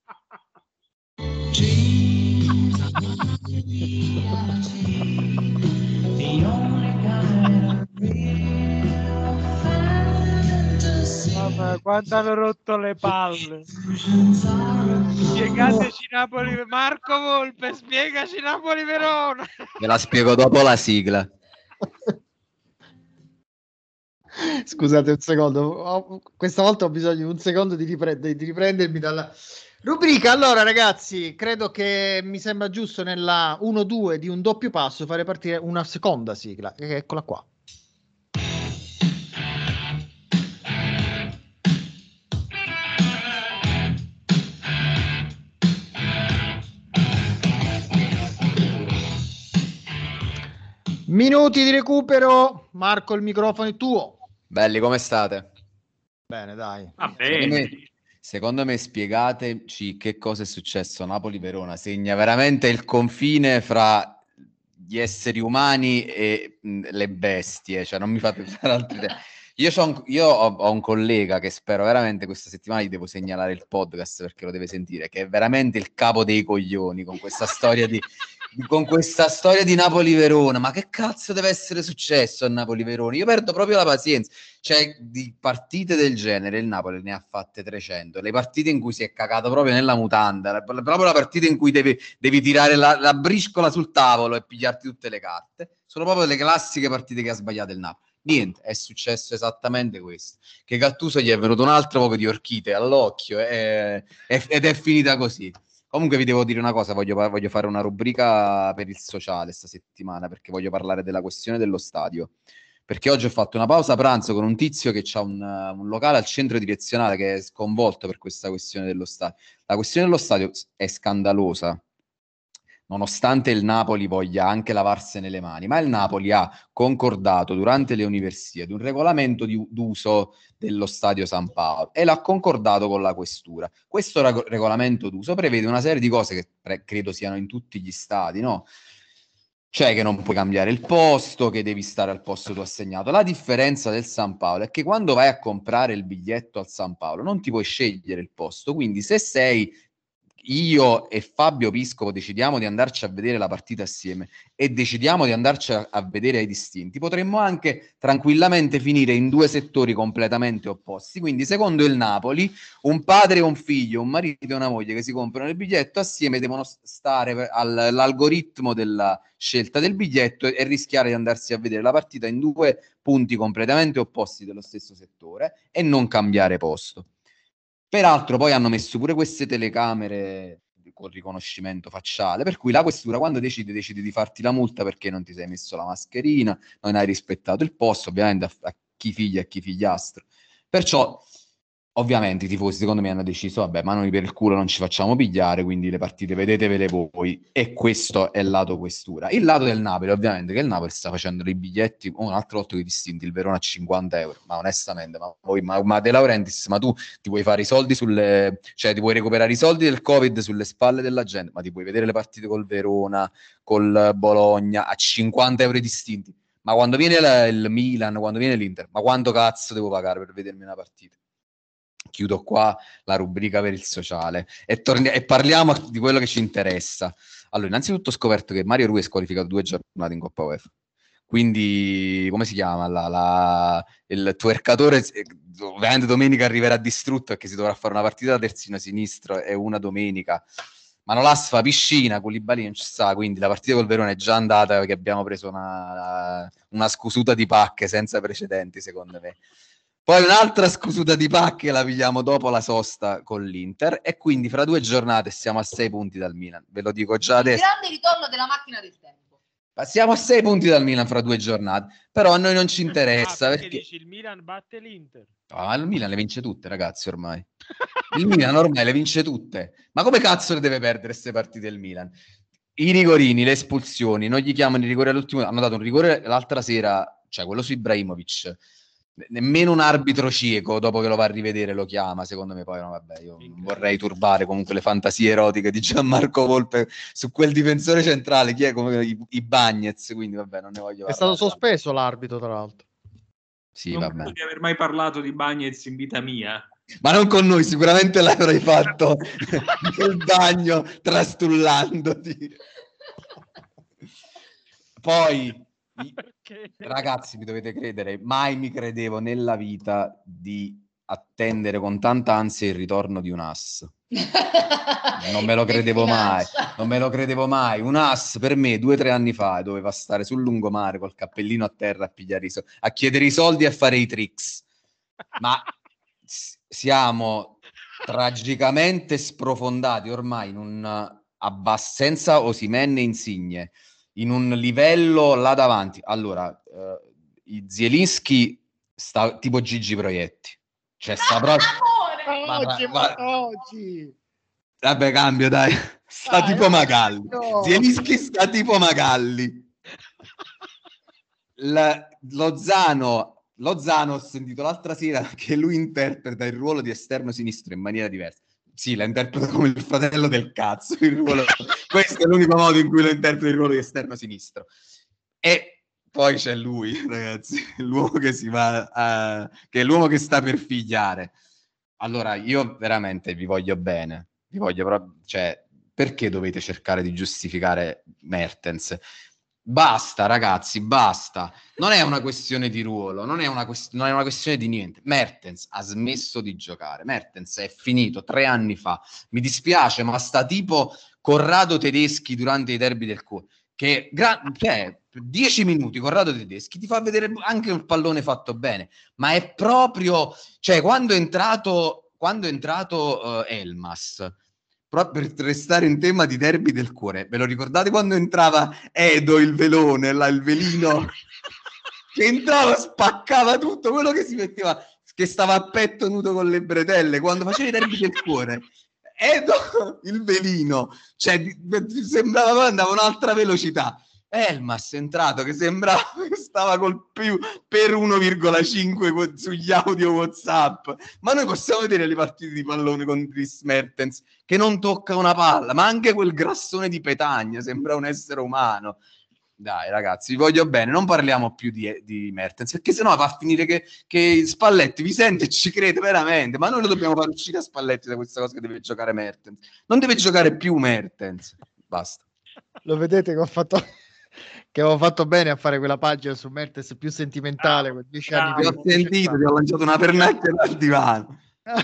Vabbè, quanto hanno rotto le palle. Spiegateci Napoli, Marco Volpe, spiegaci Napoli Verona. Ve la spiego dopo la sigla. Scusate un secondo, ho, questa volta ho bisogno di un secondo di, riprend- di riprendermi dalla rubrica. Allora ragazzi, credo che mi sembra giusto nella uno due di un doppio passo fare partire una seconda sigla, eccola qua. Minuti di recupero. Marco, il microfono è tuo. Belli, come state? Bene, dai. Va Secondo bene. me, secondo me spiegateci che cosa è successo a Napoli-Verona. Segna veramente il confine fra gli esseri umani e mh, le bestie, cioè non mi fate fare altri te- Io, c'ho un, io ho, ho un collega che spero veramente questa settimana gli devo segnalare il podcast perché lo deve sentire, che è veramente il capo dei coglioni con questa storia di, di- con questa storia di Napoli-Verona. Ma che cazzo deve essere successo a Napoli-Verona? Io perdo proprio la pazienza. Cioè, di partite del genere il Napoli ne ha fatte trecento. Le partite in cui si è cagato proprio nella mutanda, la- proprio la partita in cui devi, devi tirare la, la briscola sul tavolo e pigliarti tutte le carte, sono proprio le classiche partite che ha sbagliato il Napoli. Niente, è successo esattamente questo, che Gattuso gli è venuto un altro poco di orchite all'occhio e- e- ed è finita così. Comunque vi devo dire una cosa, voglio, voglio fare una rubrica per il sociale sta settimana, perché voglio parlare della questione dello stadio. Perché oggi ho fatto una pausa pranzo con un tizio che ha un, un locale al centro direzionale che è sconvolto per questa questione dello stadio. La questione dello stadio è scandalosa, nonostante il Napoli voglia anche lavarsene le mani, ma il Napoli ha concordato durante le Universiadi un regolamento di, d'uso dello stadio San Paolo e l'ha concordato con la questura. Questo reg- regolamento d'uso prevede una serie di cose che pre- credo siano in tutti gli stadi, no? Cioè che non puoi cambiare il posto, che devi stare al posto tu assegnato. La differenza del San Paolo è che quando vai a comprare il biglietto al San Paolo non ti puoi scegliere il posto, quindi se sei io e Fabio Piscopo decidiamo di andarci a vedere la partita assieme e decidiamo di andarci a, a vedere ai distinti, potremmo anche tranquillamente finire in due settori completamente opposti. Quindi secondo il Napoli un padre e un figlio, un marito e una moglie che si comprano il biglietto assieme devono stare per, al, all'algoritmo della scelta del biglietto e, e rischiare di andarsi a vedere la partita in due punti completamente opposti dello stesso settore e non cambiare posto. Peraltro poi hanno messo pure queste telecamere con riconoscimento facciale, per cui la questura quando decide, decide di farti la multa perché non ti sei messo la mascherina, non hai rispettato il posto, ovviamente a, a chi figlia e a chi figliastro. Perciò ovviamente i tifosi secondo me hanno deciso, vabbè, ma noi per il culo non ci facciamo pigliare, quindi le partite vedetevele voi. E questo è il lato questura. Il lato del Napoli, ovviamente, che il Napoli sta facendo dei biglietti, oh, un altro lotto che distinti, il Verona a cinquanta euro. Ma onestamente, ma, voi, ma, ma De Laurentiis, ma tu ti vuoi fare i soldi sulle... cioè ti vuoi recuperare i soldi del Covid sulle spalle della gente, ma ti puoi vedere le partite col Verona, col Bologna, a cinquanta euro distinti. Ma quando viene la, il Milan, quando viene l'Inter, ma quanto cazzo devo pagare per vedermi una partita? Chiudo qua la rubrica per il sociale e, torni- e parliamo di quello che ci interessa. Allora, innanzitutto ho scoperto che Mario Rui è squalificato due giornate in Coppa UEFA. Quindi, come si chiama? La, la, il twerkatore, ovviamente domenica arriverà distrutto perché si dovrà fare una partita da terzino sinistro e una domenica. Manolas fa piscina, Koulibaly non ci sta, quindi la partita col Verona è già andata perché abbiamo preso una, una scusuta di pacche senza precedenti, secondo me. Poi un'altra scusuta di pacche la pigliamo dopo la sosta con l'Inter e quindi fra due giornate siamo a sei punti dal Milan. Ve lo dico già Il adesso. grande ritorno della macchina del tempo. Ma siamo a sei punti dal Milan fra due giornate, però a noi non ci Ah, interessa perché perché dici il Milan batte l'Inter? ah, il Milan le vince tutte, ragazzi, ormai. Il Milan ormai le vince tutte. Ma come cazzo le deve perdere queste partite il Milan? I rigorini, le espulsioni, non gli chiamano i rigori all'ultimo, hanno dato un rigore l'altra sera, cioè quello su Ibrahimovic. Nemmeno un arbitro cieco dopo che lo va a rivedere lo chiama, secondo me. Poi no, vabbè, io non vorrei turbare comunque le fantasie erotiche di Gianmarco Volpe su quel difensore centrale, chi è come i, i Bagnez, quindi vabbè, non ne voglio È parlare. stato sospeso l'arbitro, tra l'altro. Sì, non vabbè. credo di aver mai parlato di Bagnez in vita mia. Ma non con noi, sicuramente l'avrai fatto nel bagno trastullandoti. Poi ragazzi, mi dovete credere, mai mi credevo nella vita di attendere con tanta ansia il ritorno di un ass. Non me lo credevo mai, non me lo credevo mai. Un ass per me due o tre anni fa doveva stare sul lungomare col cappellino a terra a pigliare i soldi, a chiedere i soldi e a fare i tricks. Ma s- siamo tragicamente sprofondati ormai in un abbass- senza Osimhen e Insigne, in un livello là davanti. Allora, eh, Zielinski sta tipo Gigi Proietti. Cioè, sta proprio... Ma- Oggi, ma- oggi. Vabbè, cambio, dai. Sta Dai, tipo dai, Magalli. no. Zielinski sta tipo Magalli. la- Lozano, Lozano ho sentito l'altra sera che lui interpreta il ruolo di esterno sinistro in maniera diversa. Sì, la interpreta come il fratello del cazzo, il ruolo... questo è l'unico modo in cui lo interpreta il ruolo di esterno sinistro. E poi c'è lui, ragazzi, l'uomo che si va a... che è l'uomo che sta per figliare. Allora, io veramente vi voglio bene, vi voglio proprio, cioè, perché dovete cercare di giustificare Mertens? Basta, ragazzi, basta. Non è una questione di ruolo, non è una, quest- non è una questione di niente. Mertens ha smesso di giocare. Mertens è finito tre anni fa. Mi dispiace, ma sta tipo Corrado Tedeschi durante i derby del cuore, che gra- cioè, dieci minuti Corrado Tedeschi ti fa vedere anche un pallone fatto bene, ma è proprio, cioè, quando è entrato, quando è entrato uh, Elmas, proprio per restare in tema di derby del cuore, ve lo ricordate quando entrava Edo, il velone, là, il velino, che entrava, spaccava tutto, quello che si metteva, che stava a petto nudo con le bretelle, quando faceva i derby del cuore, Edo, il velino, cioè di- di- sembrava, andava a un'altra velocità. Elmas è entrato che sembrava che stava col più per uno virgola cinque co- sugli audio WhatsApp. Ma noi possiamo vedere le partite di pallone con Dries Mertens che non tocca una palla, ma anche quel grassone di Petagna sembra un essere umano. Dai, ragazzi, vi voglio bene, non parliamo più di, di Mertens, perché sennò va a finire che, che Spalletti vi sente e ci crede veramente. Ma noi lo dobbiamo far uscire a Spalletti da questa cosa che deve giocare Mertens. Non deve giocare più Mertens. Basta. Lo vedete che ho fatto che avevo fatto bene a fare quella pagina su Mertens più sentimentale, con dieci anni Ti ho sentito, ti ho lanciato una pernacchia dal divano.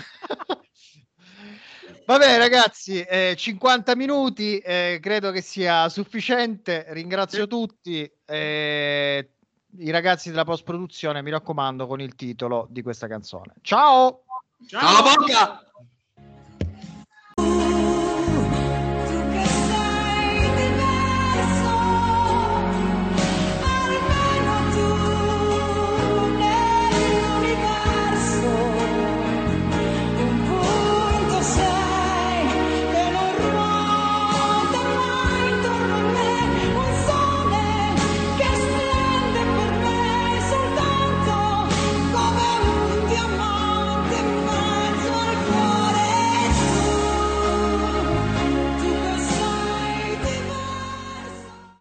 Vabbè ragazzi, eh, cinquanta minuti, eh, credo che sia sufficiente. Ringrazio tutti, eh, i ragazzi della post produzione, mi raccomando, con il titolo di questa canzone. Ciao! Ciao, Bocca!